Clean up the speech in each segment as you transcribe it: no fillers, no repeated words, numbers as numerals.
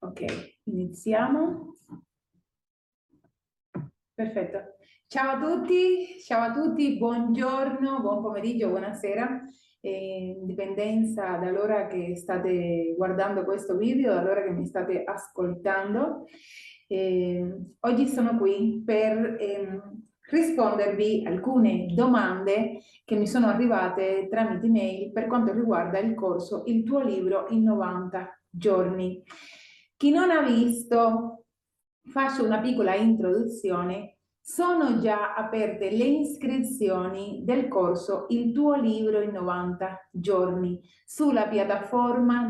Ok, iniziamo. Perfetto. Ciao a tutti, buongiorno, buon pomeriggio, buonasera, in dipendenza dall'ora che state guardando questo video, dall'ora che mi state ascoltando. Oggi sono qui per rispondervi alcune domande che mi sono arrivate tramite email per quanto riguarda il corso Il tuo libro in 90 giorni. Chi non ha visto, faccio una piccola introduzione. Sono già aperte le iscrizioni del corso Il tuo libro in 90 giorni sulla piattaforma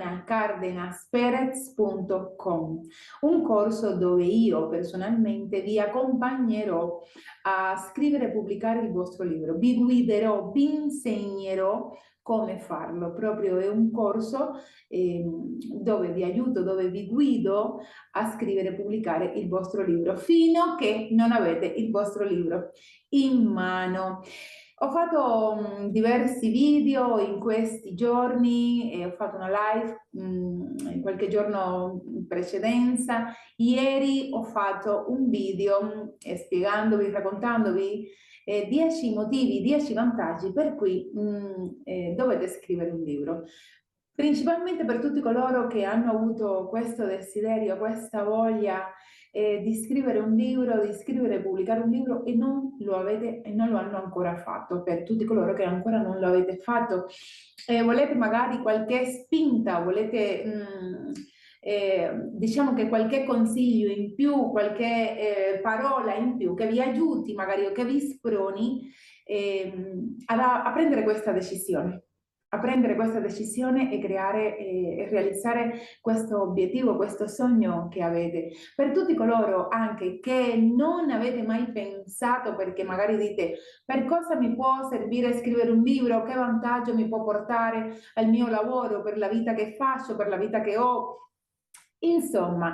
dianacardenasperez.com, un corso dove io personalmente vi accompagnerò a scrivere e pubblicare il vostro libro, vi guiderò, vi insegnerò come farlo. Proprio è un corso dove vi aiuto, dove vi guido a scrivere e pubblicare il vostro libro fino a che non avete il vostro libro in mano. Ho fatto diversi video in questi giorni e ho fatto una live in qualche giorno in precedenza. Ieri ho fatto un video spiegandovi, raccontandovi 10 motivi, 10 vantaggi per cui dovete scrivere un libro. Principalmente per tutti coloro che hanno avuto questo desiderio, questa voglia di scrivere un libro, di scrivere e pubblicare un libro e non lo hanno ancora fatto. Per tutti coloro che ancora non lo avete fatto, volete magari qualche spinta, volete diciamo che qualche consiglio in più, qualche parola in più che vi aiuti magari o che vi sproni a prendere questa decisione. A prendere questa decisione e creare e realizzare questo obiettivo, questo sogno che avete. Per tutti coloro anche che non avete mai pensato, perché magari dite: per cosa mi può servire scrivere un libro? Che vantaggio mi può portare al mio lavoro, per la vita che faccio, per la vita che ho? Insomma,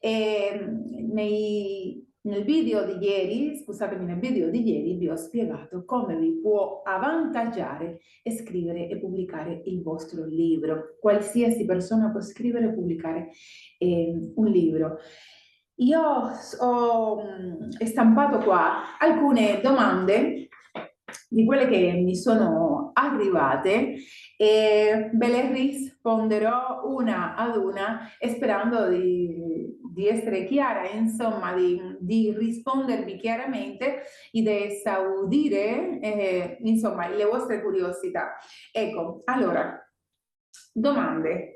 nel video di ieri, scusatemi, nel video di ieri vi ho spiegato come vi può avvantaggiare scrivere e pubblicare il vostro libro. Qualsiasi persona può scrivere e pubblicare un libro. Io ho stampato qua alcune domande di quelle che mi sono arrivate e ve le risponderò una ad una e sperando di essere chiara, insomma, di rispondervi chiaramente e di esaudire, insomma, le vostre curiosità. Ecco, allora, domande.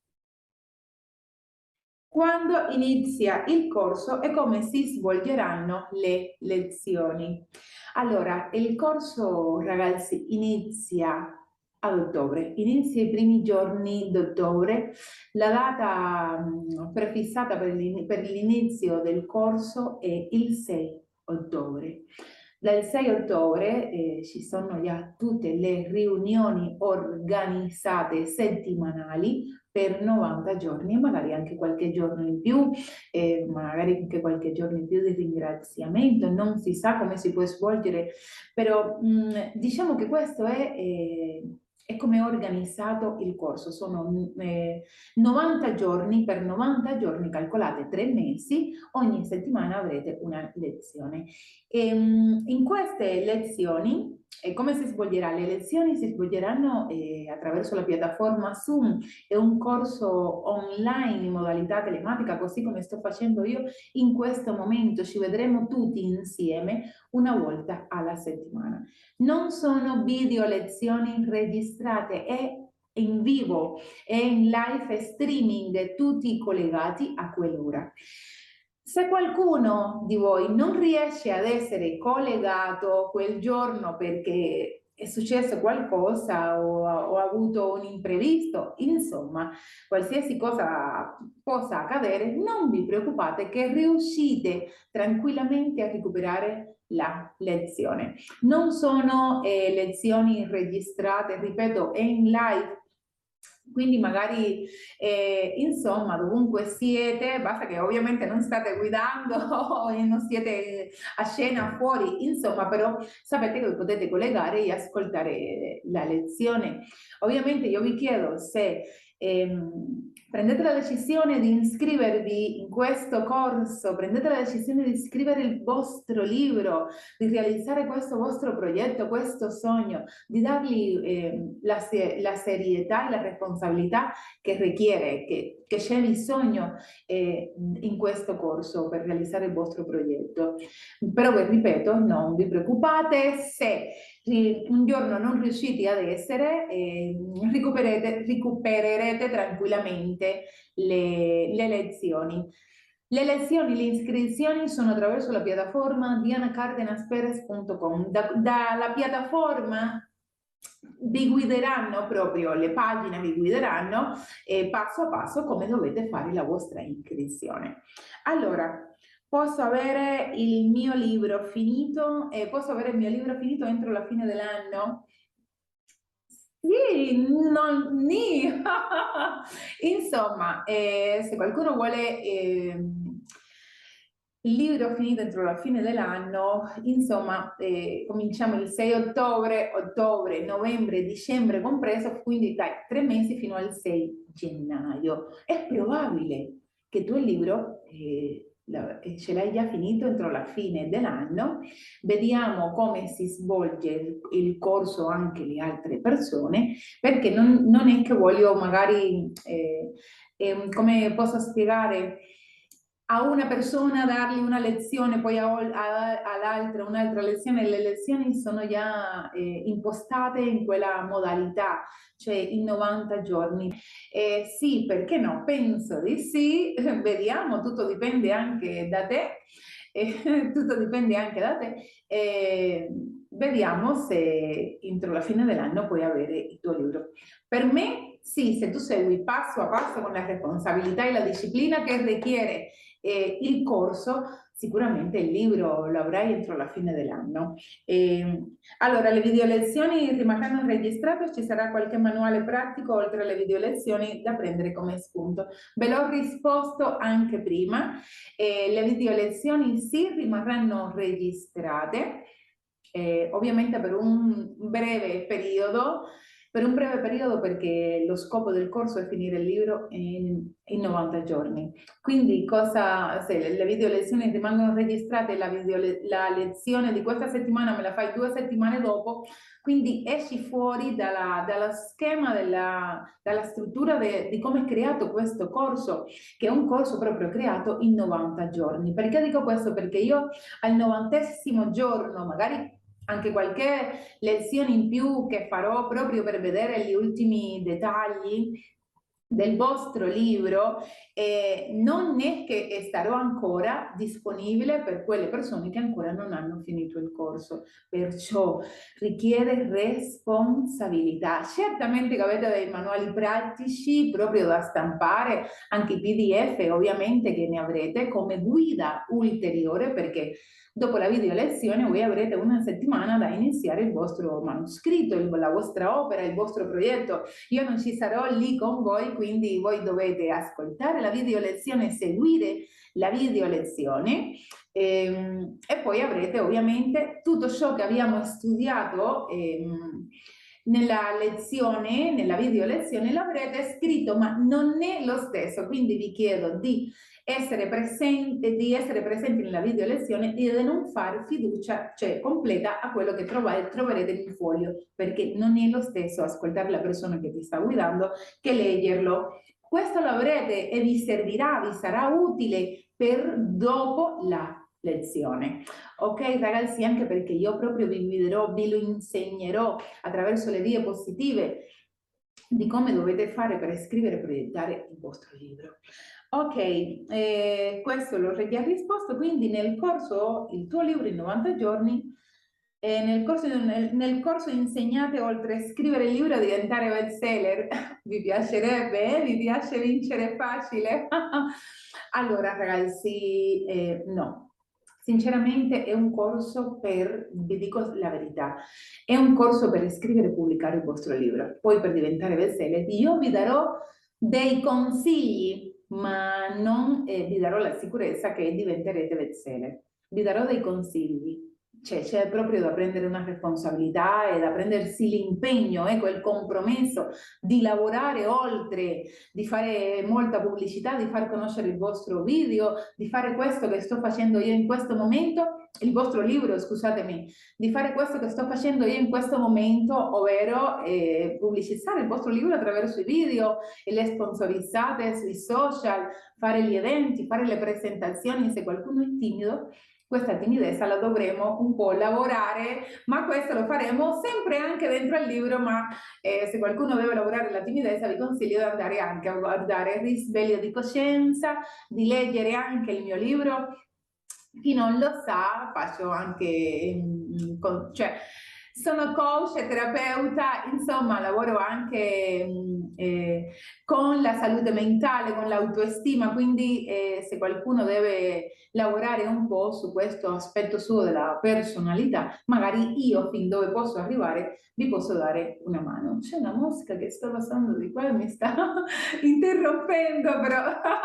Quando inizia il corso e come si svolgeranno le lezioni? Allora, il corso, ragazzi, inizia ad ottobre, inizia i primi giorni d'ottobre. La data prefissata per l'inizio del corso è il 6 ottobre. Dal 6 ottobre ci sono già tutte le riunioni organizzate settimanali per 90 giorni e magari anche qualche giorno in più, magari anche qualche giorno in più di ringraziamento, non si sa come si può svolgere, però diciamo che questo è come è organizzato il corso. Sono 90 giorni, per 90 giorni calcolate 3 mesi, ogni settimana avrete una lezione. In queste lezioni, come si svolgerà? Le lezioni si svolgeranno attraverso la piattaforma Zoom. È un corso online in modalità telematica, così come sto facendo io in questo momento. Ci vedremo tutti insieme una volta alla settimana. Non sono video lezioni registrate, è in vivo, è in live streaming, tutti collegati a quell'ora. Se qualcuno di voi non riesce ad essere collegato quel giorno perché è successo qualcosa o ha avuto un imprevisto, insomma, qualsiasi cosa possa accadere, non vi preoccupate che riuscite tranquillamente a recuperare la lezione. Non sono lezioni registrate, ripeto, è in live. Quindi magari, insomma, dovunque siete, basta che ovviamente non state guidando e non siete a scena fuori, insomma, però sapete che vi potete collegare e ascoltare la lezione. Ovviamente io vi chiedo se Prendete la decisione di iscrivervi in questo corso, prendete la decisione di scrivere il vostro libro, di realizzare questo vostro progetto, questo sogno, di dargli la serietà e la responsabilità che richiede, che c'è bisogno in questo corso per realizzare il vostro progetto. Però vi ripeto, non vi preoccupate se un giorno non riuscite ad essere, recupererete tranquillamente le lezioni. Le lezioni, le iscrizioni sono attraverso la piattaforma dianacardenasperez.com. Dalla piattaforma vi guideranno proprio, le pagine vi guideranno passo a passo come dovete fare la vostra iscrizione. Allora, posso avere il mio libro finito? Posso avere il mio libro finito entro la fine dell'anno? Sì, non, ni. Insomma, se qualcuno vuole il libro finito entro la fine dell'anno, insomma, cominciamo il 6 ottobre, novembre, dicembre compreso, quindi dai 3 mesi fino al 6 gennaio. È probabile che tu il libro ce l'hai già finito entro la fine dell'anno. Vediamo come si svolge il corso anche le altre persone, perché non è che voglio magari, come posso spiegare, a una persona dargli una lezione, poi all'altra un'altra lezione. Le lezioni sono già impostate in quella modalità, cioè in 90 giorni. Sì, perché no? Penso di sì, vediamo, tutto dipende anche da te. Tutto dipende anche da te. Vediamo se entro la fine dell'anno puoi avere il tuo libro. Per me, sì, se tu segui passo a passo con la responsabilità e la disciplina che richiede il corso, sicuramente il libro lo avrai entro la fine dell'anno. Allora, le video lezioni rimarranno registrate, ci sarà qualche manuale pratico oltre alle video lezioni da prendere come spunto. Ve l'ho risposto anche prima, le video lezioni sì rimarranno registrate, ovviamente per un breve periodo, perché lo scopo del corso è finire il libro in 90 giorni. Quindi se le video lezioni rimangono registrate, la lezione di questa settimana me la fai 2 settimane dopo, quindi esci fuori dalla schema, dalla struttura di come è creato questo corso, che è un corso proprio creato in 90 giorni. Perché dico questo? Perché io al 90° giorno, magari anche qualche lezione in più che farò proprio per vedere gli ultimi dettagli del vostro libro, non è che starò ancora disponibile per quelle persone che ancora non hanno finito il corso, perciò richiede responsabilità. Certamente che avete dei manuali pratici proprio da stampare, anche i PDF ovviamente che ne avrete come guida ulteriore, perché dopo la video lezione voi avrete una settimana da iniziare il vostro manoscritto, la vostra opera, il vostro progetto. Io non ci sarò lì con voi, quindi voi dovete ascoltare la video lezione, seguire la video lezione e poi avrete ovviamente tutto ciò che abbiamo studiato nella lezione, nella video lezione, l'avrete scritto, ma non è lo stesso, quindi vi chiedo di essere presenti nella video lezione e di non fare fiducia, cioè completa, a quello che troverete nel foglio, perché non è lo stesso ascoltare la persona che ti sta guidando che leggerlo. Questo lo avrete e vi servirà, vi sarà utile per dopo la lezione. Ok ragazzi, anche perché io proprio vi guiderò, vi lo insegnerò attraverso le diapositive di come dovete fare per scrivere e proiettare il vostro libro. Ok, questo l'ho già risposto, quindi nel corso il tuo libro in 90 giorni, nel corso insegnate oltre a scrivere il libro a diventare bestseller. Vi piacerebbe? Vi piace vincere facile? Allora ragazzi, no. Sinceramente è un corso vi dico la verità, è un corso per scrivere e pubblicare il vostro libro. Poi per diventare bestseller io vi darò dei consigli, ma non vi darò la sicurezza che diventerete bestseller. Vi darò dei consigli. c'è proprio da prendere una responsabilità e da prendersi l'impegno, ecco, il compromesso di lavorare oltre, di fare molta pubblicità, di far conoscere il vostro video, di fare questo che sto facendo io in questo momento, il vostro libro, scusatemi, di fare questo che sto facendo io in questo momento, ovvero pubblicizzare il vostro libro attraverso i video e le sponsorizzate sui social, fare gli eventi, fare le presentazioni. Se qualcuno è timido, questa timidezza la dovremo un po' lavorare, ma questo lo faremo sempre anche dentro al libro. Ma se qualcuno deve lavorare la timidezza, vi consiglio di andare anche a guardare Risveglio di coscienza, di leggere anche il mio libro. Chi non lo sa, faccio anche, cioè, sono coach e terapeuta, insomma, lavoro anche con la salute mentale, con l'autoestima, quindi se qualcuno deve lavorare un po' su questo aspetto suo della personalità, magari io fin dove posso arrivare vi posso dare una mano. C'è una mosca che sta passando di qua e mi sta interrompendo, però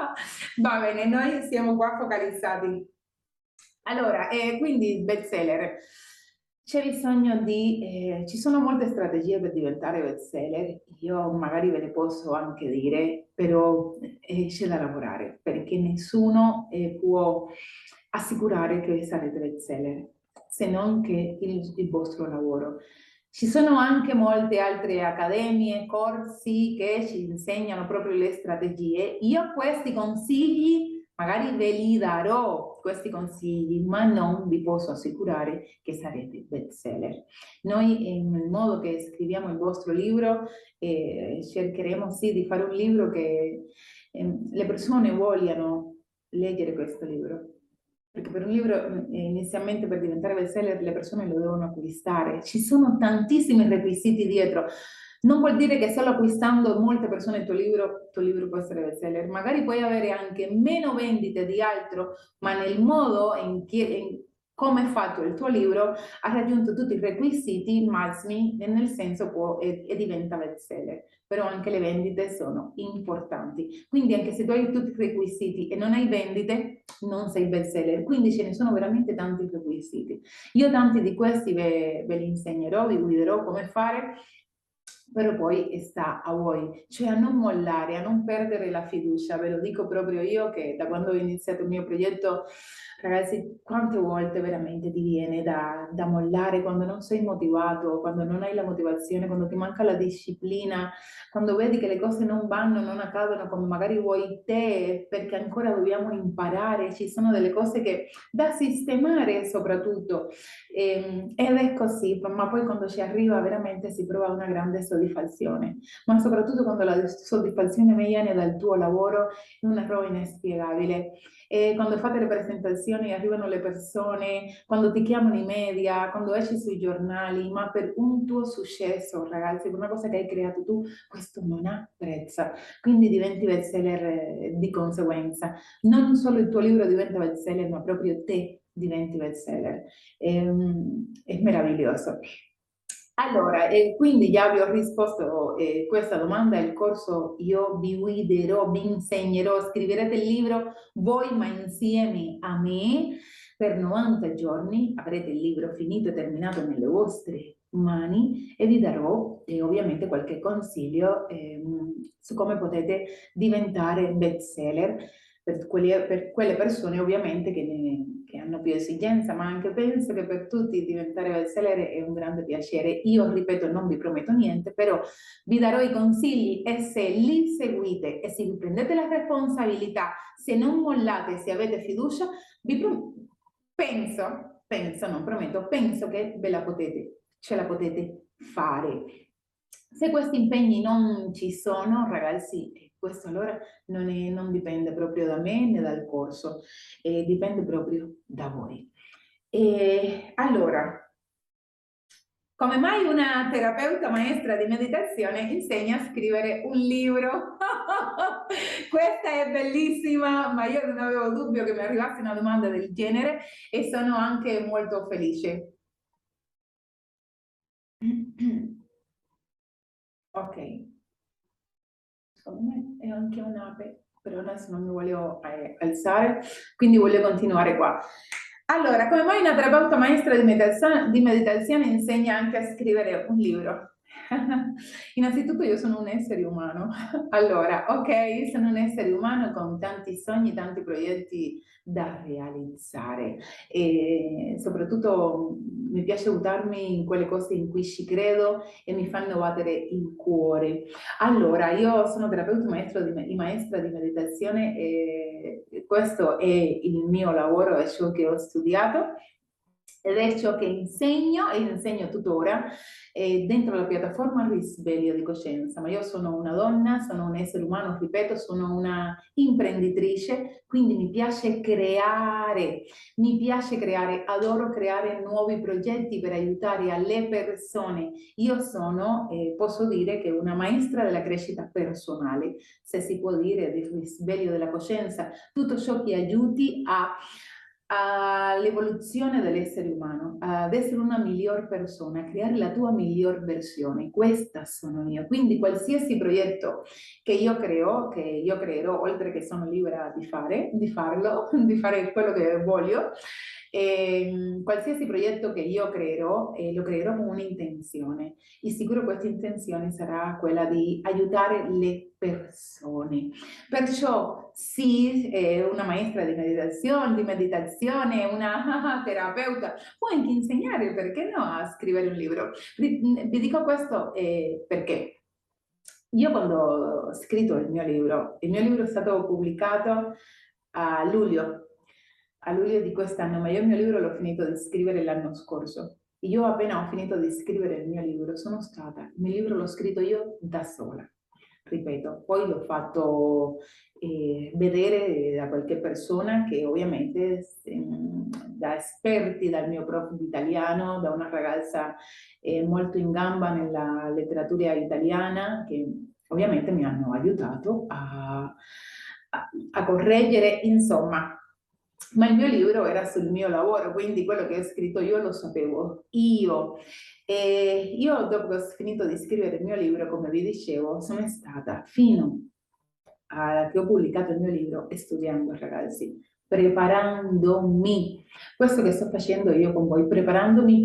va bene, noi siamo qua focalizzati. Allora, quindi bestseller. C'è bisogno di... ci sono molte strategie per diventare bestseller, io magari ve ne posso anche dire, però c'è da lavorare, perché nessuno può assicurare che sarete bestseller, se non che il vostro lavoro. Ci sono anche molte altre accademie, corsi che ci insegnano proprio le strategie. Io questi consigli magari ve li darò, questi consigli, ma non vi posso assicurare che sarete bestseller. Noi, nel modo che scriviamo il vostro libro, cercheremo sì di fare un libro che le persone vogliano leggere questo libro. Perché per un libro, inizialmente per diventare bestseller, le persone lo devono acquistare. Ci sono tantissimi requisiti dietro. Non vuol dire che solo acquistando molte persone il tuo libro può essere bestseller. Magari puoi avere anche meno vendite di altro, ma nel modo in come è fatto il tuo libro ha raggiunto tutti i requisiti massimi e nel senso e diventa bestseller. Però anche le vendite sono importanti. Quindi anche se tu hai tutti i requisiti e non hai vendite, non sei bestseller. Quindi ce ne sono veramente tanti requisiti. Io tanti di questi ve li insegnerò, vi guiderò come fare, però poi sta a voi, cioè a non mollare, a non perdere la fiducia. Ve lo dico proprio io che da quando ho iniziato il mio progetto, ragazzi, quante volte veramente ti viene da mollare quando non sei motivato, quando non hai la motivazione, quando ti manca la disciplina, quando vedi che le cose non vanno, non accadono come magari vuoi te, perché ancora dobbiamo imparare, ci sono delle cose che da sistemare soprattutto. Ed è così, ma poi quando ci arriva veramente si prova una grande soddisfazione, ma soprattutto quando la soddisfazione viene dal tuo lavoro è una roba inspiegabile. E quando fate le presentazioni arrivano le persone, quando ti chiamano i media, quando esci sui giornali, ma per un tuo successo, ragazzi, per una cosa che hai creato tu, questo non ha prezzo. Quindi diventi bestseller di conseguenza. Non solo il tuo libro diventa bestseller, ma proprio te diventi bestseller. È meraviglioso. Allora, quindi già vi ho risposto questa domanda, il corso io vi guiderò, vi insegnerò, scriverete il libro voi ma insieme a me per 90 giorni, avrete il libro finito e terminato nelle vostre mani e vi darò ovviamente qualche consiglio su come potete diventare bestseller per quelle persone ovviamente che hanno più esigenza, ma anche penso che per tutti diventare bestseller è un grande piacere. Io, ripeto, non vi prometto niente, però vi darò i consigli e se li seguite e se vi prendete la responsabilità, se non mollate, se avete fiducia, penso, non prometto, penso che ce la potete fare. Se questi impegni non ci sono, ragazzi, questo allora non dipende proprio da me né dal corso, dipende proprio da voi. Allora, come mai una terapeuta maestra di meditazione insegna a scrivere un libro? Questa è bellissima, ma io non avevo dubbio che mi arrivasse una domanda del genere e sono anche molto felice. Ok, secondo me è anche un'ape, però adesso non mi voglio alzare, quindi voglio continuare qua. Allora, come mai una terapeuta maestra di meditazione insegna anche a scrivere un libro? Innanzitutto io sono un essere umano. Allora, ok, sono un essere umano con tanti sogni, tanti progetti da realizzare e soprattutto mi piace buttarmi in quelle cose in cui ci credo e mi fanno battere il cuore. Allora, io sono terapeuta maestra di meditazione e questo è il mio lavoro, è ciò che ho studiato ed è ciò che insegno e insegno tuttora dentro la piattaforma Risveglio di Coscienza. Ma io sono una donna, sono un essere umano, ripeto, sono una imprenditrice, quindi mi piace creare, adoro creare nuovi progetti per aiutare alle persone. Io sono, posso dire che una maestra della crescita personale, se si può dire, del risveglio della coscienza, tutto ciò che aiuti all'evoluzione dell'essere umano, ad essere una miglior persona, a creare la tua miglior versione. Questa sono io. Quindi qualsiasi progetto che io creo, che io creerò, oltre che sono libera di farlo, di fare quello che voglio, qualsiasi progetto che io creerò, lo creerò con un'intenzione. E sicuro questa intenzione sarà quella di aiutare le persone. Perciò sì, una maestra di meditazione, una terapeuta, può anche insegnare, perché no, a scrivere un libro. Vi dico questo perché io quando ho scritto il mio libro è stato pubblicato a luglio di quest'anno, ma io il mio libro l'ho finito di scrivere l'anno scorso. Io appena ho finito di scrivere il mio libro, il mio libro l'ho scritto io da sola, ripeto, poi l'ho fatto vedere da qualche persona che ovviamente da esperti, dal mio prof di italiano, da una ragazza molto in gamba nella letteratura italiana che ovviamente mi hanno aiutato a correggere, insomma. Ma il mio libro era sul mio lavoro, quindi quello che ho scritto io lo sapevo io. E io dopo che ho finito di scrivere il mio libro, come vi dicevo, sono stata fino a che ho pubblicato il mio libro e studiando, ragazzi, preparandomi. Questo che sto facendo io con voi, preparandomi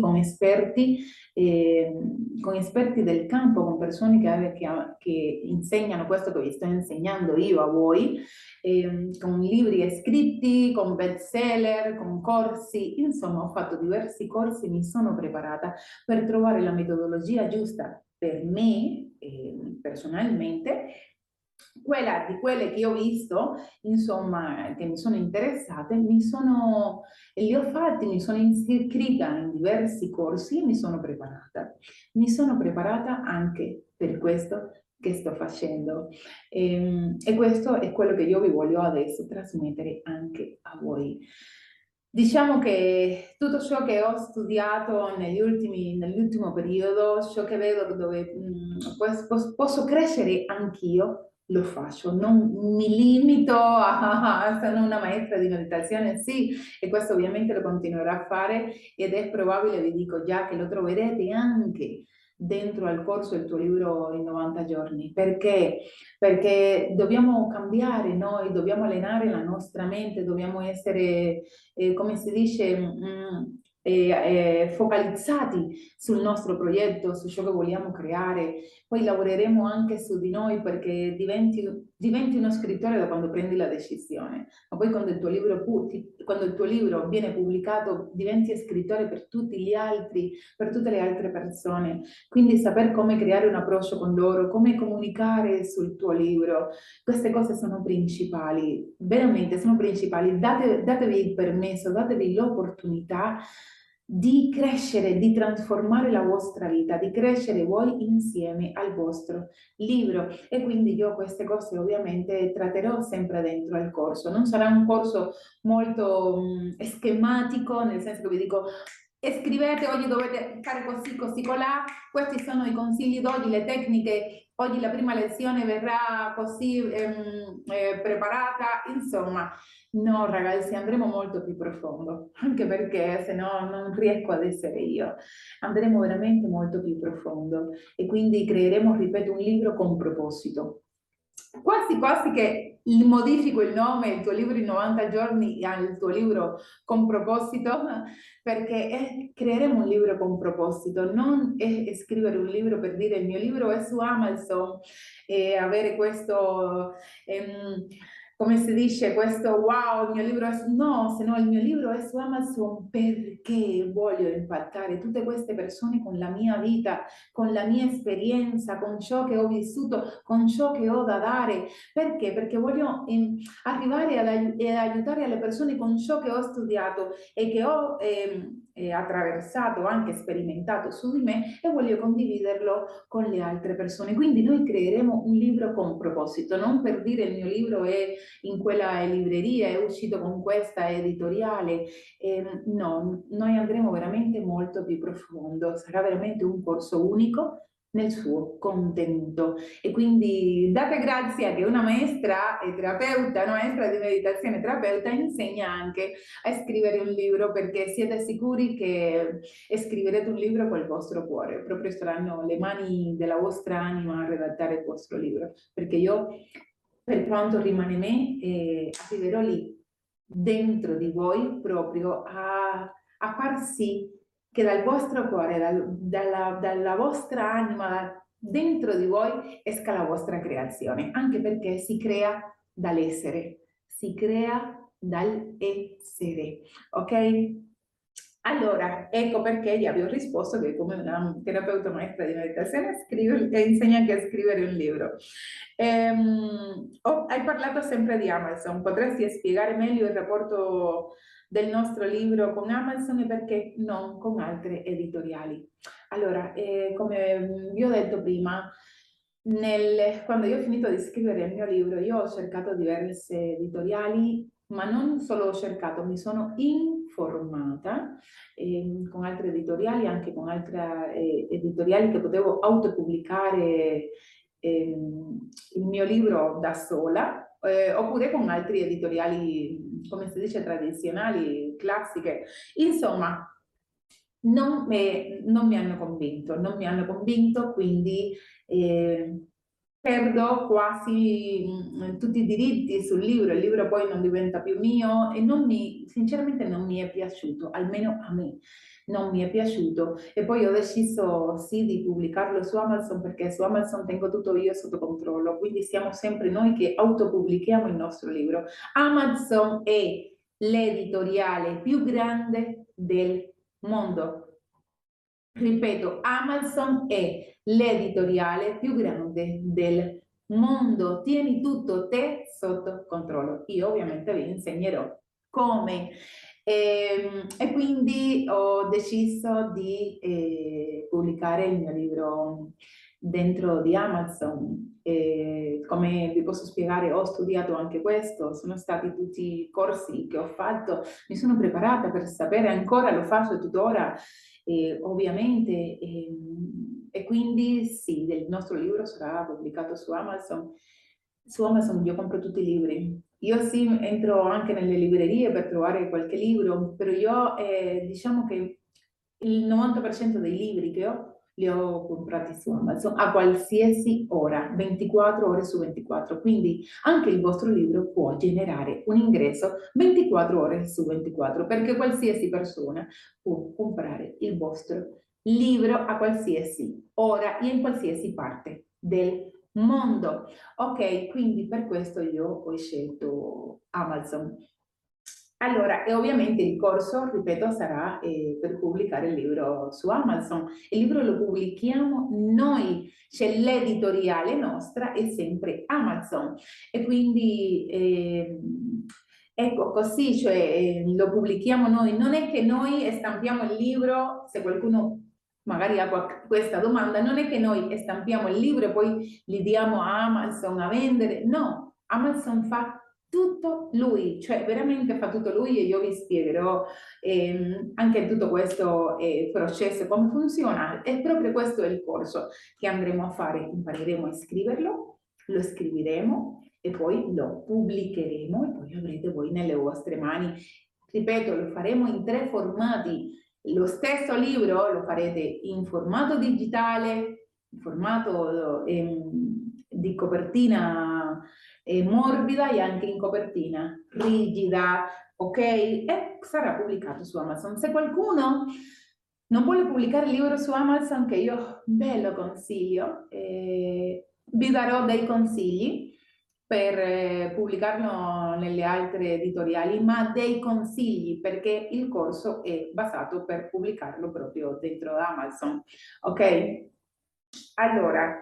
con esperti del campo, con persone che insegnano questo che vi sto insegnando io a voi, con libri scritti, con bestseller, con corsi, insomma ho fatto diversi corsi, mi sono preparata per trovare la metodologia giusta per me, personalmente, quella di quelle che ho visto, insomma, che mi sono interessate, li ho fatti, mi sono iscritta in diversi corsi e mi sono preparata. Mi sono preparata anche per questo che sto facendo. E questo è quello che io vi voglio adesso trasmettere anche a voi. Diciamo che tutto ciò che ho studiato nell'ultimo periodo, ciò che vedo dove posso crescere anch'io, lo faccio, non mi limito a sono una maestra di meditazione, sì, e questo ovviamente lo continuerò a fare ed è probabile, vi dico già, che lo troverete anche dentro al corso del tuo libro in 90 giorni. Perché? Perché dobbiamo cambiare noi, dobbiamo allenare la nostra mente, dobbiamo essere, come si dice, focalizzati sul nostro progetto, su ciò che vogliamo creare. Poi lavoreremo anche su di noi perché diventi uno scrittore da quando prendi la decisione, ma poi quando il tuo libro viene pubblicato diventi scrittore per tutti gli altri, per tutte le altre persone. Quindi saper come creare un approccio con loro, come comunicare sul tuo libro, queste cose sono principali, veramente sono principali. Datevi il permesso, datevi l'opportunità di crescere, di trasformare la vostra vita, di crescere voi insieme al vostro libro. E quindi io queste cose ovviamente tratterò sempre dentro al corso. Non sarà un corso molto schematico, nel senso che vi dico scrivete, oggi dovete fare così, così, colà, questi sono i consigli d'oggi, le tecniche, oggi la prima lezione verrà così preparata, insomma, no ragazzi, andremo molto più profondo, anche perché se no non riesco ad essere io, andremo veramente molto più profondo e quindi creeremo, ripeto, un libro con proposito. Quasi quasi che modifico il nome, il tuo libro in 90 giorni al tuo libro con proposito, perché creeremo un libro con proposito, non è scrivere un libro per dire il mio libro è su Amazon e avere questo, come si dice, questo wow, il mio libro è su... No, se no il mio libro è su Amazon perché voglio impattare tutte queste persone con la mia vita, con la mia esperienza, con ciò che ho vissuto, con ciò che ho da dare. Perché? Perché voglio arrivare ad aiutare le persone con ciò che ho studiato e che ho attraversato, anche sperimentato su di me e voglio condividerlo con le altre persone. Quindi noi creeremo un libro con proposito, non per dire il mio libro è in quella libreria, è uscito con questa editoriale. No, noi andremo veramente molto più profondo, sarà veramente un corso unico nel suo contenuto. E quindi date grazie che una maestra e terapeuta, una maestra di meditazione terapeuta insegna anche a scrivere un libro, perché siete sicuri che scriverete un libro col vostro cuore, proprio saranno le mani della vostra anima a redattare il vostro libro, perché io, per quanto rimane me, arriverò lì dentro di voi proprio a far sì che dal vostro cuore, dalla vostra anima, dentro di voi esca la vostra creazione, anche perché si crea dall'essere, si crea dall'essere, ok? Allora, ecco perché gli avevo risposto che come una terapeuta maestra di meditazione insegna anche a scrivere un libro. Hai parlato sempre di Amazon, potresti spiegare meglio il rapporto del nostro libro con Amazon e perché non con altre editoriali? Allora, come vi ho detto prima, quando io ho finito di scrivere il mio libro, io ho cercato diverse editoriali, ma non solo ho cercato, mi sono informata con altre editoriali, anche con altre editoriali che potevo autopubblicare il mio libro da sola, oppure con altri editoriali, come si dice, tradizionali, classiche. Insomma, non mi hanno convinto, non mi hanno convinto, quindi eh, perdo quasi tutti i diritti sul libro, il libro poi non diventa più mio e sinceramente non mi è piaciuto, almeno a me non mi è piaciuto e poi ho deciso sì di pubblicarlo su Amazon perché su Amazon tengo tutto io sotto controllo, quindi siamo sempre noi che autopubblichiamo il nostro libro. Amazon è l'editoriale più grande del mondo. Ripeto, Amazon è l'editoriale più grande del mondo. Tieni tutto te sotto controllo. Io ovviamente vi insegnerò come. E quindi ho deciso di pubblicare il mio libro dentro di Amazon. Come vi posso spiegare, ho studiato anche questo, sono stati tutti i corsi che ho fatto, mi sono preparata per sapere, ancora lo faccio tuttora, ovviamente, e quindi sì, il nostro libro sarà pubblicato su Amazon. Su Amazon io compro tutti i libri. Io sì, entro anche nelle librerie per trovare qualche libro, però io diciamo che il 90% dei libri che ho li ho comprati su Amazon a qualsiasi ora, 24 ore su 24. Quindi anche il vostro libro può generare un ingresso 24 ore su 24, perché qualsiasi persona può comprare il vostro libro a qualsiasi ora e in qualsiasi parte del mondo. Ok, quindi per questo io ho scelto Amazon. Allora, e ovviamente il corso, ripeto, sarà per pubblicare il libro su Amazon. Il libro lo pubblichiamo noi, c'è l'editoriale nostra, è sempre Amazon. E quindi, ecco, così, cioè, lo pubblichiamo noi. Non è che noi stampiamo il libro, se qualcuno magari ha questa domanda, non è che noi stampiamo il libro e poi li diamo a Amazon a vendere. No, Amazon fa tutto lui, cioè veramente fa tutto lui e io vi spiegherò anche tutto questo processo, come funziona. E proprio questo è il corso che andremo a fare, impareremo a scriverlo, lo scriveremo e poi lo pubblicheremo e poi avrete voi nelle vostre mani. Ripeto, lo faremo in 3 formati. Lo stesso libro lo farete in formato digitale, in formato di copertina è morbida e anche in copertina, rigida, ok? E sarà pubblicato su Amazon. Se qualcuno non vuole pubblicare il libro su Amazon, che io ve lo consiglio, vi darò dei consigli per pubblicarlo nelle altre editoriali, ma dei consigli perché il corso è basato per pubblicarlo proprio dentro Amazon, ok? Allora,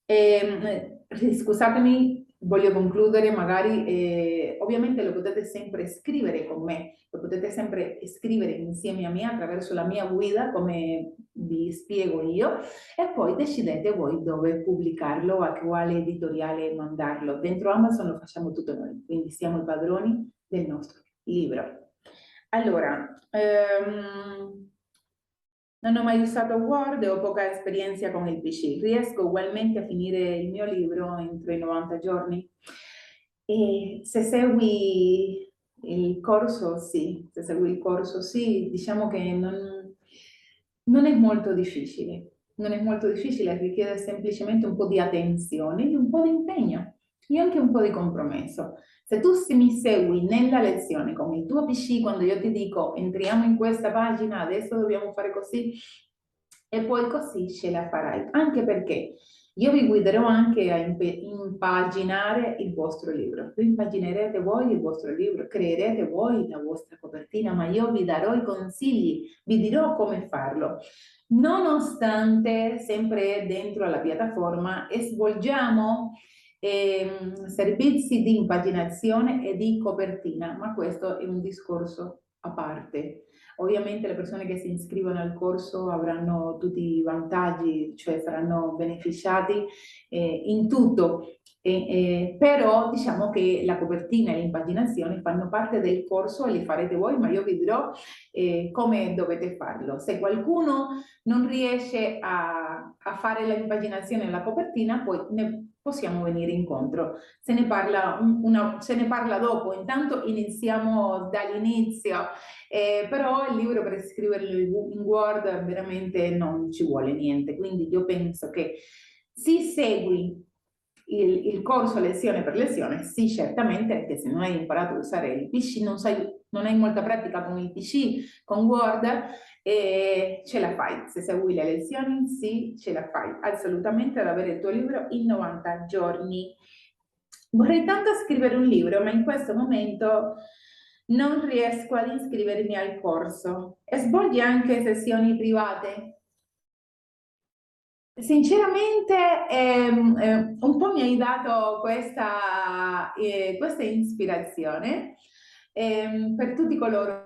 scusatemi, voglio concludere, magari ovviamente lo potete sempre scrivere con me, lo potete sempre scrivere insieme a me attraverso la mia guida, come vi spiego io, e poi decidete voi dove pubblicarlo, a quale editoriale mandarlo. Dentro Amazon lo facciamo tutto noi, quindi siamo i padroni del nostro libro. Allora, non ho mai usato Word e ho poca esperienza con il PC. Riesco ugualmente a finire il mio libro entro i 90 giorni? E se segui il corso, sì. Se segui il corso, sì. Diciamo che non è molto difficile. Non è molto difficile, richiede semplicemente un po' di attenzione, e un po' di impegno e anche un po' di compromesso. Se tu mi segui nella lezione con il tuo PC, quando io ti dico entriamo in questa pagina, adesso dobbiamo fare così, e poi così ce la farai. Anche perché io vi guiderò anche a impaginare il vostro libro. Voi impaginerete voi il vostro libro, creerete voi la vostra copertina, ma io vi darò i consigli, vi dirò come farlo. Nonostante sempre dentro alla piattaforma svolgiamo servizi di impaginazione e di copertina, ma questo è un discorso a parte. Ovviamente le persone che si iscrivono al corso avranno tutti i vantaggi, cioè saranno beneficiati in tutto, però diciamo che la copertina e l'impaginazione fanno parte del corso e li farete voi, ma io vi dirò come dovete farlo. Se qualcuno non riesce a fare l'impaginazione e la copertina, poi ne possiamo venire incontro. Se ne parla dopo, intanto iniziamo dall'inizio. Però il libro per scriverlo in Word veramente non ci vuole niente, quindi io penso che se segui il corso lezione per lezione, sì certamente, perché se non hai imparato a usare il PC, non hai molta pratica con il PC, con Word, ce la fai. Se segui le lezioni, sì, ce la fai assolutamente ad avere il tuo libro in 90 giorni. Vorrei tanto scrivere un libro, ma in questo momento non riesco ad iscrivermi al corso. E svolgi anche sessioni private? Sinceramente, un po' mi hai dato questa ispirazione per tutti coloro.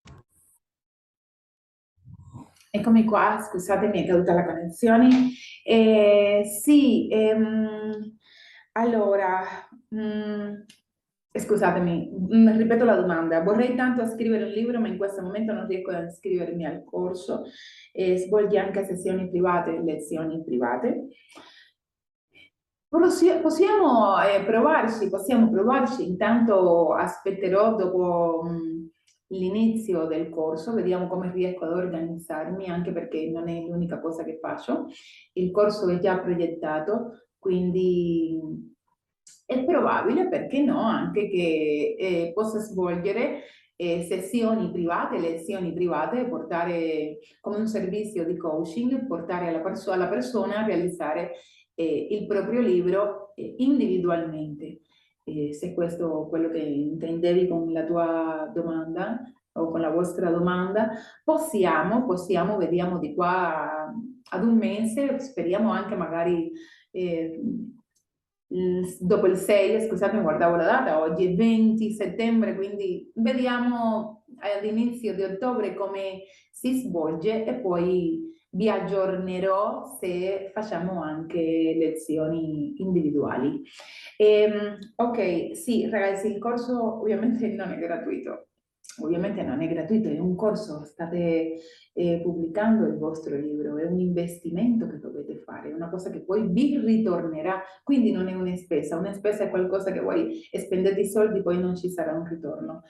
Eccomi qua, scusate, mi è caduta la connessione. Sì, allora, scusatemi, ripeto la domanda. Vorrei tanto scrivere un libro, ma in questo momento non riesco a iscrivermi al corso. Svolgi anche sessioni private, lezioni private. Possiamo provarci. Intanto aspetterò dopo l'inizio del corso, vediamo come riesco ad organizzarmi, anche perché non è l'unica cosa che faccio. Il corso è già progettato, quindi è probabile, perché no, anche che possa svolgere lezioni private, portare come un servizio di coaching, portare alla persona a realizzare il proprio libro individualmente. Se questo è quello che intendevi con la tua domanda o con la vostra domanda, possiamo, vediamo di qua ad un mese, speriamo anche magari dopo il 6, scusate, guardavo la data, oggi è 20 settembre, quindi vediamo all'inizio di ottobre come si svolge e poi vi aggiornerò se facciamo anche lezioni individuali. Ok, sì, ragazzi, il corso ovviamente non è gratuito. Ovviamente non è gratuito, è un corso, state pubblicando il vostro libro, è un investimento che dovete fare, è una cosa che poi vi ritornerà, quindi non è una spesa è qualcosa che voi spendete i soldi, poi non ci sarà un ritorno.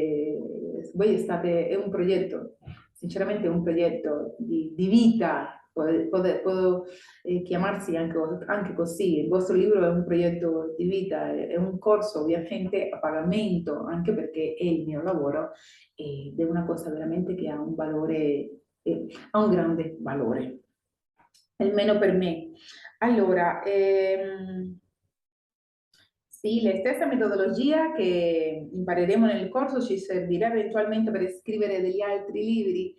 È un progetto, sinceramente è un progetto di vita può chiamarsi anche così. Il vostro libro è un progetto di vita, è un corso ovviamente a pagamento, anche perché è il mio lavoro ed è una cosa veramente che ha un valore, ha un grande valore, almeno per me. Allora, sì, la stessa metodologia che impareremo nel corso ci servirà eventualmente per scrivere degli altri libri?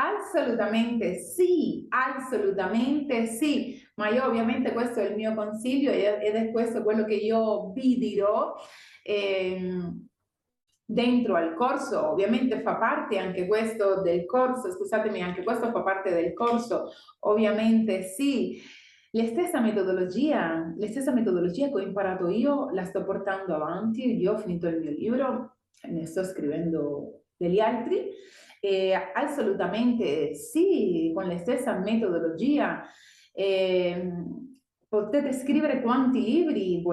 Assolutamente sì, ma io ovviamente questo è il mio consiglio ed è questo quello che io vi dirò. Dentro al corso, ovviamente fa parte anche questo del corso, scusatemi, anche questo fa parte del corso, ovviamente sì. La stessa metodologia che ho imparato io la sto portando avanti. Io ho finito il mio libro, ne sto scrivendo degli altri, e assolutamente sì, con la stessa metodologia. Potete scrivere quanti libri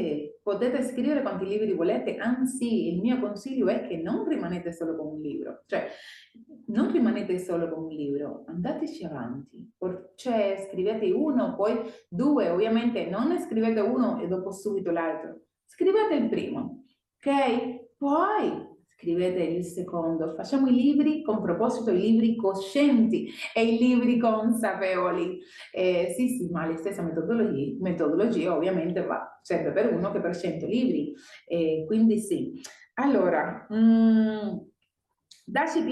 volete, anzi il mio consiglio è che non rimanete solo con un libro, cioè non rimanete solo con un libro, andateci avanti, cioè scrivete uno, poi due, ovviamente non ne scrivete uno e dopo subito l'altro, scrivete il primo, ok? Poi scrivete il secondo, facciamo i libri con proposito, i libri coscienti e i libri consapevoli. Sì, ma la stessa metodologia ovviamente serve per uno che per 100 libri, quindi sì. Allora, dacci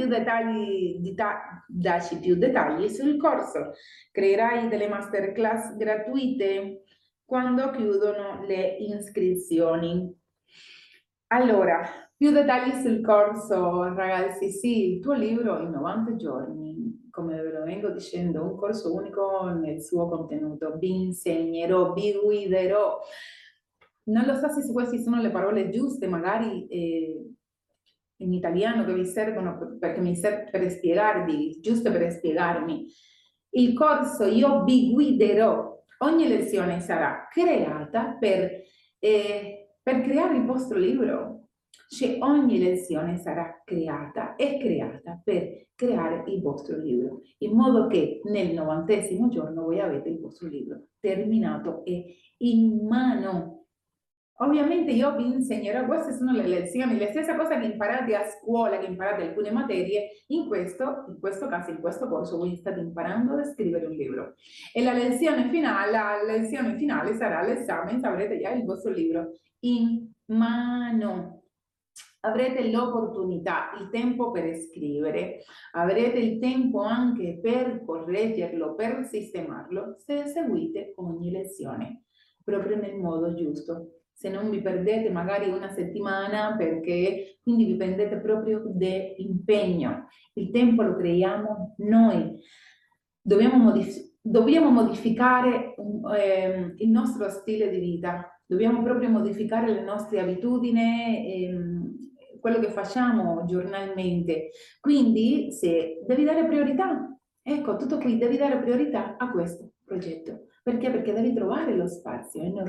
più dettagli sul corso. Creerai delle masterclass gratuite quando chiudono le iscrizioni. Allora, più dettagli sul corso, ragazzi. Sì, il tuo libro in 90 giorni, come ve lo vengo dicendo, un corso unico nel suo contenuto. Vi insegnerò, vi guiderò. Non lo so se queste sono le parole giuste, magari in italiano che vi servono perché mi serve per spiegarvi, giusto per spiegarmi. Il corso io vi guiderò. Ogni lezione sarà creata per creare il vostro libro. Cioè ogni lezione sarà creata per creare il vostro libro, in modo che nel 90° giorno voi avete il vostro libro terminato e in mano. Ovviamente io vi insegnerò, queste sono le lezioni, la stessa cosa che imparate a scuola, che imparate alcune materie, in questo caso, in questo corso, voi state imparando a scrivere un libro. E la lezione finale sarà l'esame, avrete già il vostro libro in mano. Avrete l'opportunità, il tempo per scrivere, avrete il tempo anche per correggerlo, per sistemarlo, se seguite ogni lezione, proprio nel modo giusto. Se non vi perdete magari una settimana, perché quindi vi prendete proprio dell'impegno. Il tempo lo creiamo noi. Dobbiamo modificare il nostro stile di vita, dobbiamo proprio modificare le nostre abitudini, quello che facciamo giornalmente. Quindi se devi dare priorità, ecco, tutto qui, devi dare priorità a questo progetto. Perché? Perché devi trovare lo spazio, è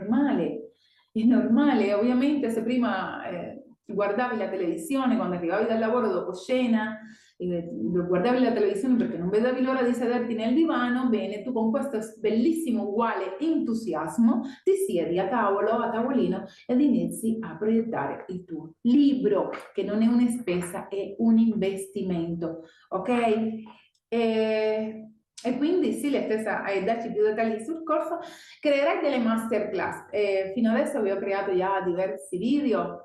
normale, ovviamente se prima guardavi la televisione quando arrivavi dal lavoro dopo cena, guardavi la televisione perché non vedevi l'ora di sederti nel divano, bene, tu con questo bellissimo uguale entusiasmo ti siedi a tavolino ed inizi a proiettare il tuo libro, che non è una spesa, è un investimento, ok? E quindi sì, la stessa, darci più dettagli sul corso, creerai delle masterclass. Fino adesso vi ho creato già diversi video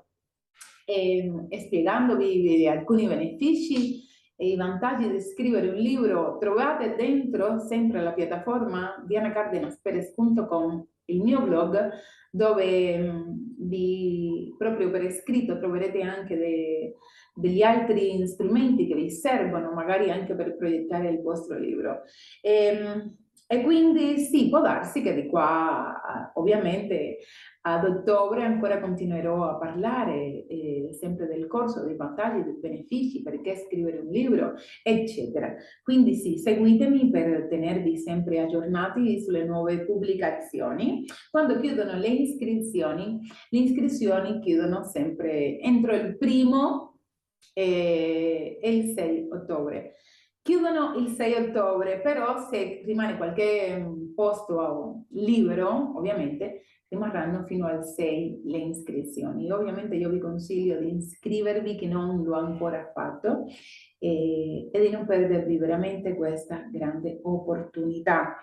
spiegandovi alcuni benefici e i vantaggi di scrivere un libro. Trovate dentro sempre la piattaforma dianacardenasperez.com, il mio blog, dove proprio per iscritto troverete anche degli altri strumenti che vi servono magari anche per proiettare il vostro libro. E quindi sì, può darsi che di qua ovviamente ad ottobre ancora continuerò a parlare sempre del corso, dei vantaggi, dei benefici, perché scrivere un libro, eccetera. Quindi sì, seguitemi per tenervi sempre aggiornati sulle nuove pubblicazioni. Quando chiudono le iscrizioni chiudono sempre entro il 1° e il 6 ottobre. Chiudono il 6 ottobre, però se rimane qualche posto libero, ovviamente, rimarranno fino al 6 le iscrizioni. Ovviamente io vi consiglio di iscrivervi chi non lo ha ancora fatto e di non perdervi veramente questa grande opportunità.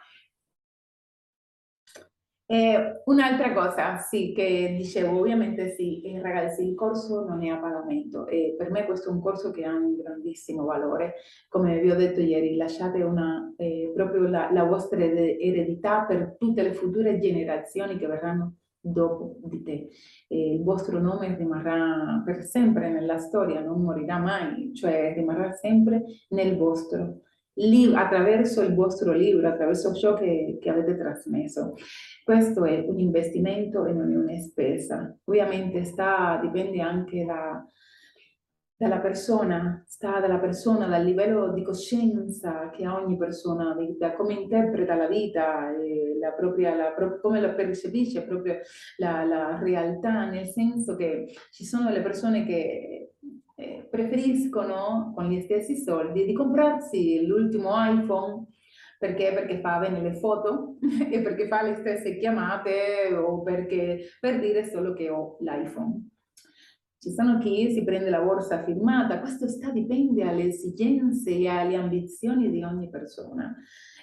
Un'altra cosa, sì, che dicevo, ovviamente sì, ragazzi, il corso non è a pagamento e per me questo è un corso che ha un grandissimo valore. Come vi ho detto ieri, lasciate proprio la vostra eredità per tutte le future generazioni che verranno dopo di te. Il vostro nome rimarrà per sempre nella storia, non morirà mai, cioè rimarrà sempre nel vostro attraverso il vostro libro, attraverso ciò che avete trasmesso. Questo è un investimento e non è una spesa. Ovviamente dipende anche dalla persona, sta dalla persona, dal livello di coscienza che ha ogni persona, da come interpreta la vita, e come la percepisce proprio la realtà, nel senso che ci sono le persone che preferiscono con gli stessi soldi di comprarsi l'ultimo iPhone perché fa bene le foto e perché fa le stesse chiamate o perché per dire solo che ho l'iPhone. Ci sono chi si prende la borsa firmata, questo dipende alle esigenze e alle ambizioni di ogni persona.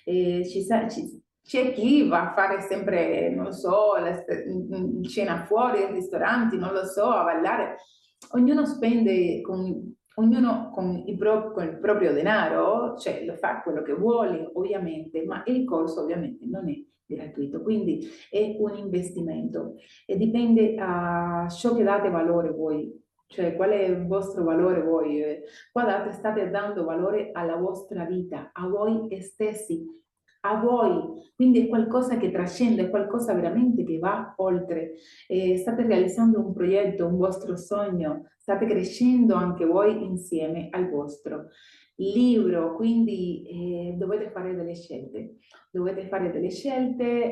C'è chi va a fare sempre, non lo so, cena fuori, ristoranti, non lo so, a ballare. Ognuno spende ognuno con il proprio denaro, cioè lo fa quello che vuole ovviamente, ma il corso ovviamente non è gratuito, quindi è un investimento e dipende a ciò che date valore voi, cioè qual è il vostro valore voi. Qua state dando valore alla vostra vita, a voi stessi, a voi, quindi è qualcosa che trascende, è qualcosa veramente che va oltre. State realizzando un progetto, un vostro sogno, state crescendo anche voi insieme al vostro libro, quindi dovete fare delle scelte, dovete fare delle scelte.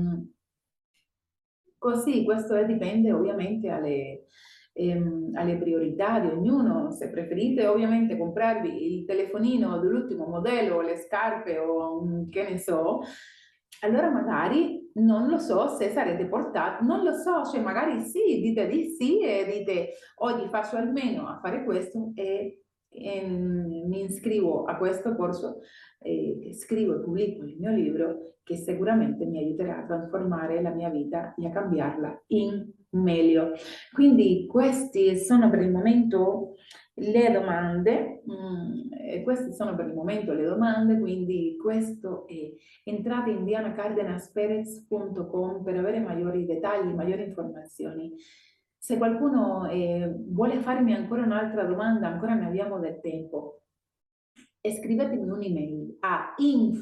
Così, dipende ovviamente alle priorità di ognuno. Se preferite ovviamente comprarvi il telefonino dell'ultimo modello o le scarpe o che ne so, allora magari non lo so se sarete portati, non lo so, cioè magari sì, dite di sì e dite oggi faccio almeno a fare questo e mi iscrivo a questo corso, scrivo e pubblico il mio libro che sicuramente mi aiuterà a trasformare la mia vita e a cambiarla in meglio. Quindi queste sono per il momento le domande, queste sono per il momento le domande, quindi questo è. Entrate in dianacardenasperez.com per avere maggiori dettagli, maggiori informazioni. Se qualcuno vuole farmi ancora un'altra domanda, ancora ne abbiamo del tempo, scrivetemi un'email a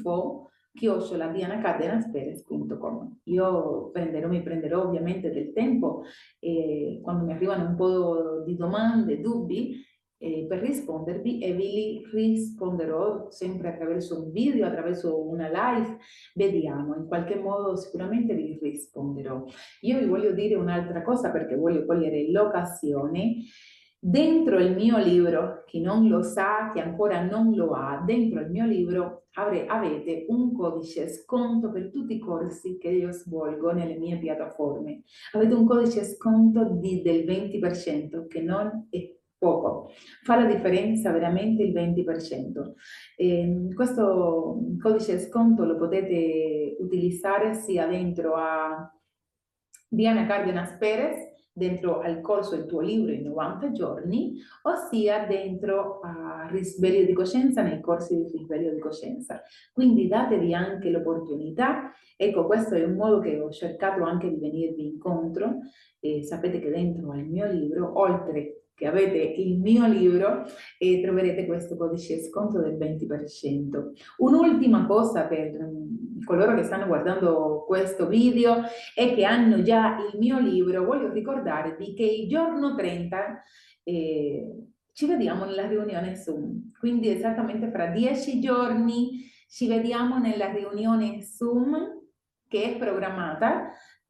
info@dianacardenasperez.com. Io mi prenderò ovviamente del tempo quando mi arrivano un po' di domande, dubbi, per rispondervi e vi risponderò sempre attraverso un video, attraverso una live, vediamo, in qualche modo sicuramente vi risponderò. Io vi voglio dire un'altra cosa perché voglio cogliere l'occasione. Dentro il mio libro, chi non lo sa, chi ancora non lo ha, dentro il mio libro avete un codice sconto per tutti i corsi che io svolgo nelle mie piattaforme. Avete un codice sconto del 20%, che non è poco. Fa la differenza veramente il 20%. Questo codice sconto lo potete utilizzare sia dentro a Diana Cárdenas Pérez, dentro al corso Il tuo libro in 90 giorni, ossia dentro a Risveglio di Coscienza, nei corsi di Risveglio di Coscienza. Quindi datevi anche l'opportunità. Ecco, questo è un modo che ho cercato anche di venirvi incontro. Sapete che dentro al mio libro, oltre che avete il mio libro, troverete questo codice sconto del 20%. Un'ultima cosa per coloro che stanno guardando questo video e che hanno già il mio libro, voglio ricordarvi che il giorno 30 ci vediamo nella riunione Zoom, quindi esattamente fra 10 giorni ci vediamo nella riunione Zoom che è programmata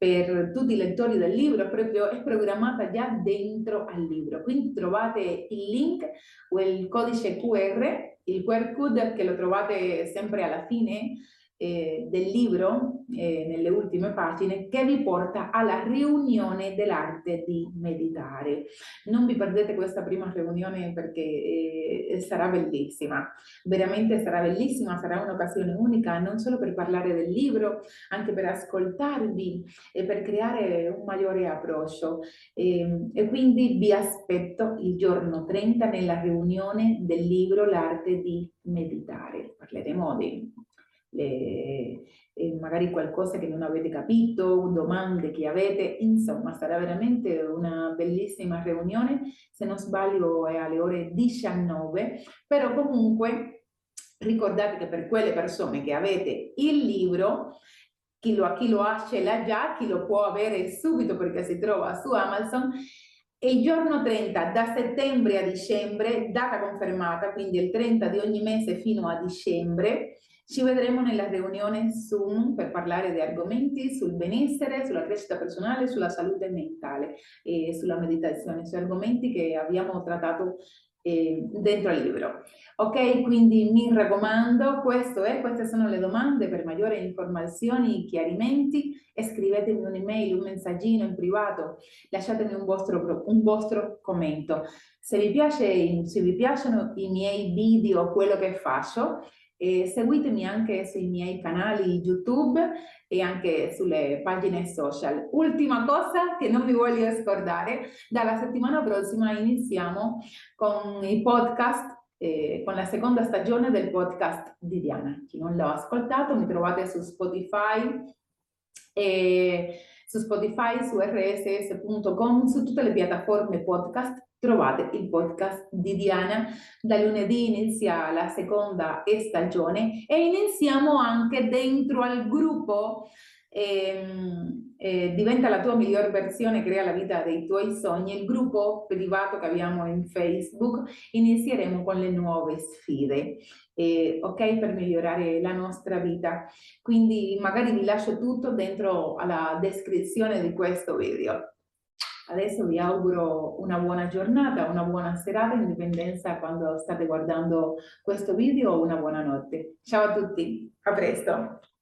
per tutti i lettori del libro, è programmata già dentro al libro. Quindi trovate il link o il codice QR, il QR code che lo trovate sempre alla fine del libro, nelle ultime pagine, che vi porta alla riunione dell'arte di meditare. Non vi perdete questa prima riunione perché sarà bellissima, veramente sarà bellissima, sarà un'occasione unica non solo per parlare del libro, anche per ascoltarvi e per creare un maggiore approccio. E quindi vi aspetto il giorno 30 nella riunione del libro L'arte di meditare. Parleremo di magari qualcosa che non avete capito, domande che avete, insomma sarà veramente una bellissima riunione. Se non sbaglio è alle ore 19, però comunque ricordate che per quelle persone che avete il libro, chi lo ha ce l'ha già, chi lo può avere subito perché si trova su Amazon. E il giorno 30 da settembre a dicembre, data confermata, quindi il 30 di ogni mese fino a dicembre, ci vedremo nella riunione Zoom per parlare di argomenti sul benessere, sulla crescita personale, sulla salute mentale e sulla meditazione, su argomenti che abbiamo trattato dentro il libro. Ok, quindi mi raccomando, queste sono le domande. Per maggiori informazioni, chiarimenti, scrivetemi un'email, un messaggino in privato, lasciatemi un vostro commento. Se vi piacciono i miei video, quello che faccio, seguitemi anche sui miei canali YouTube e anche sulle pagine social. Ultima cosa che non mi voglio scordare, dalla settimana prossima iniziamo con i podcast, con la seconda stagione del podcast di Diana. Chi non l'ha ascoltato mi trovate su Spotify, su rss.com, su tutte le piattaforme podcast trovate il podcast di Diana. Da lunedì inizia la seconda stagione e iniziamo anche dentro al gruppo Diventa la tua miglior versione, crea la vita dei tuoi sogni, il gruppo privato che abbiamo in Facebook. Inizieremo con le nuove sfide, ok, per migliorare la nostra vita. Quindi magari vi lascio tutto dentro alla descrizione di questo video. Adesso vi auguro una buona giornata, una buona serata, in dipendenza quando state guardando questo video, o una buona notte. Ciao a tutti, a presto!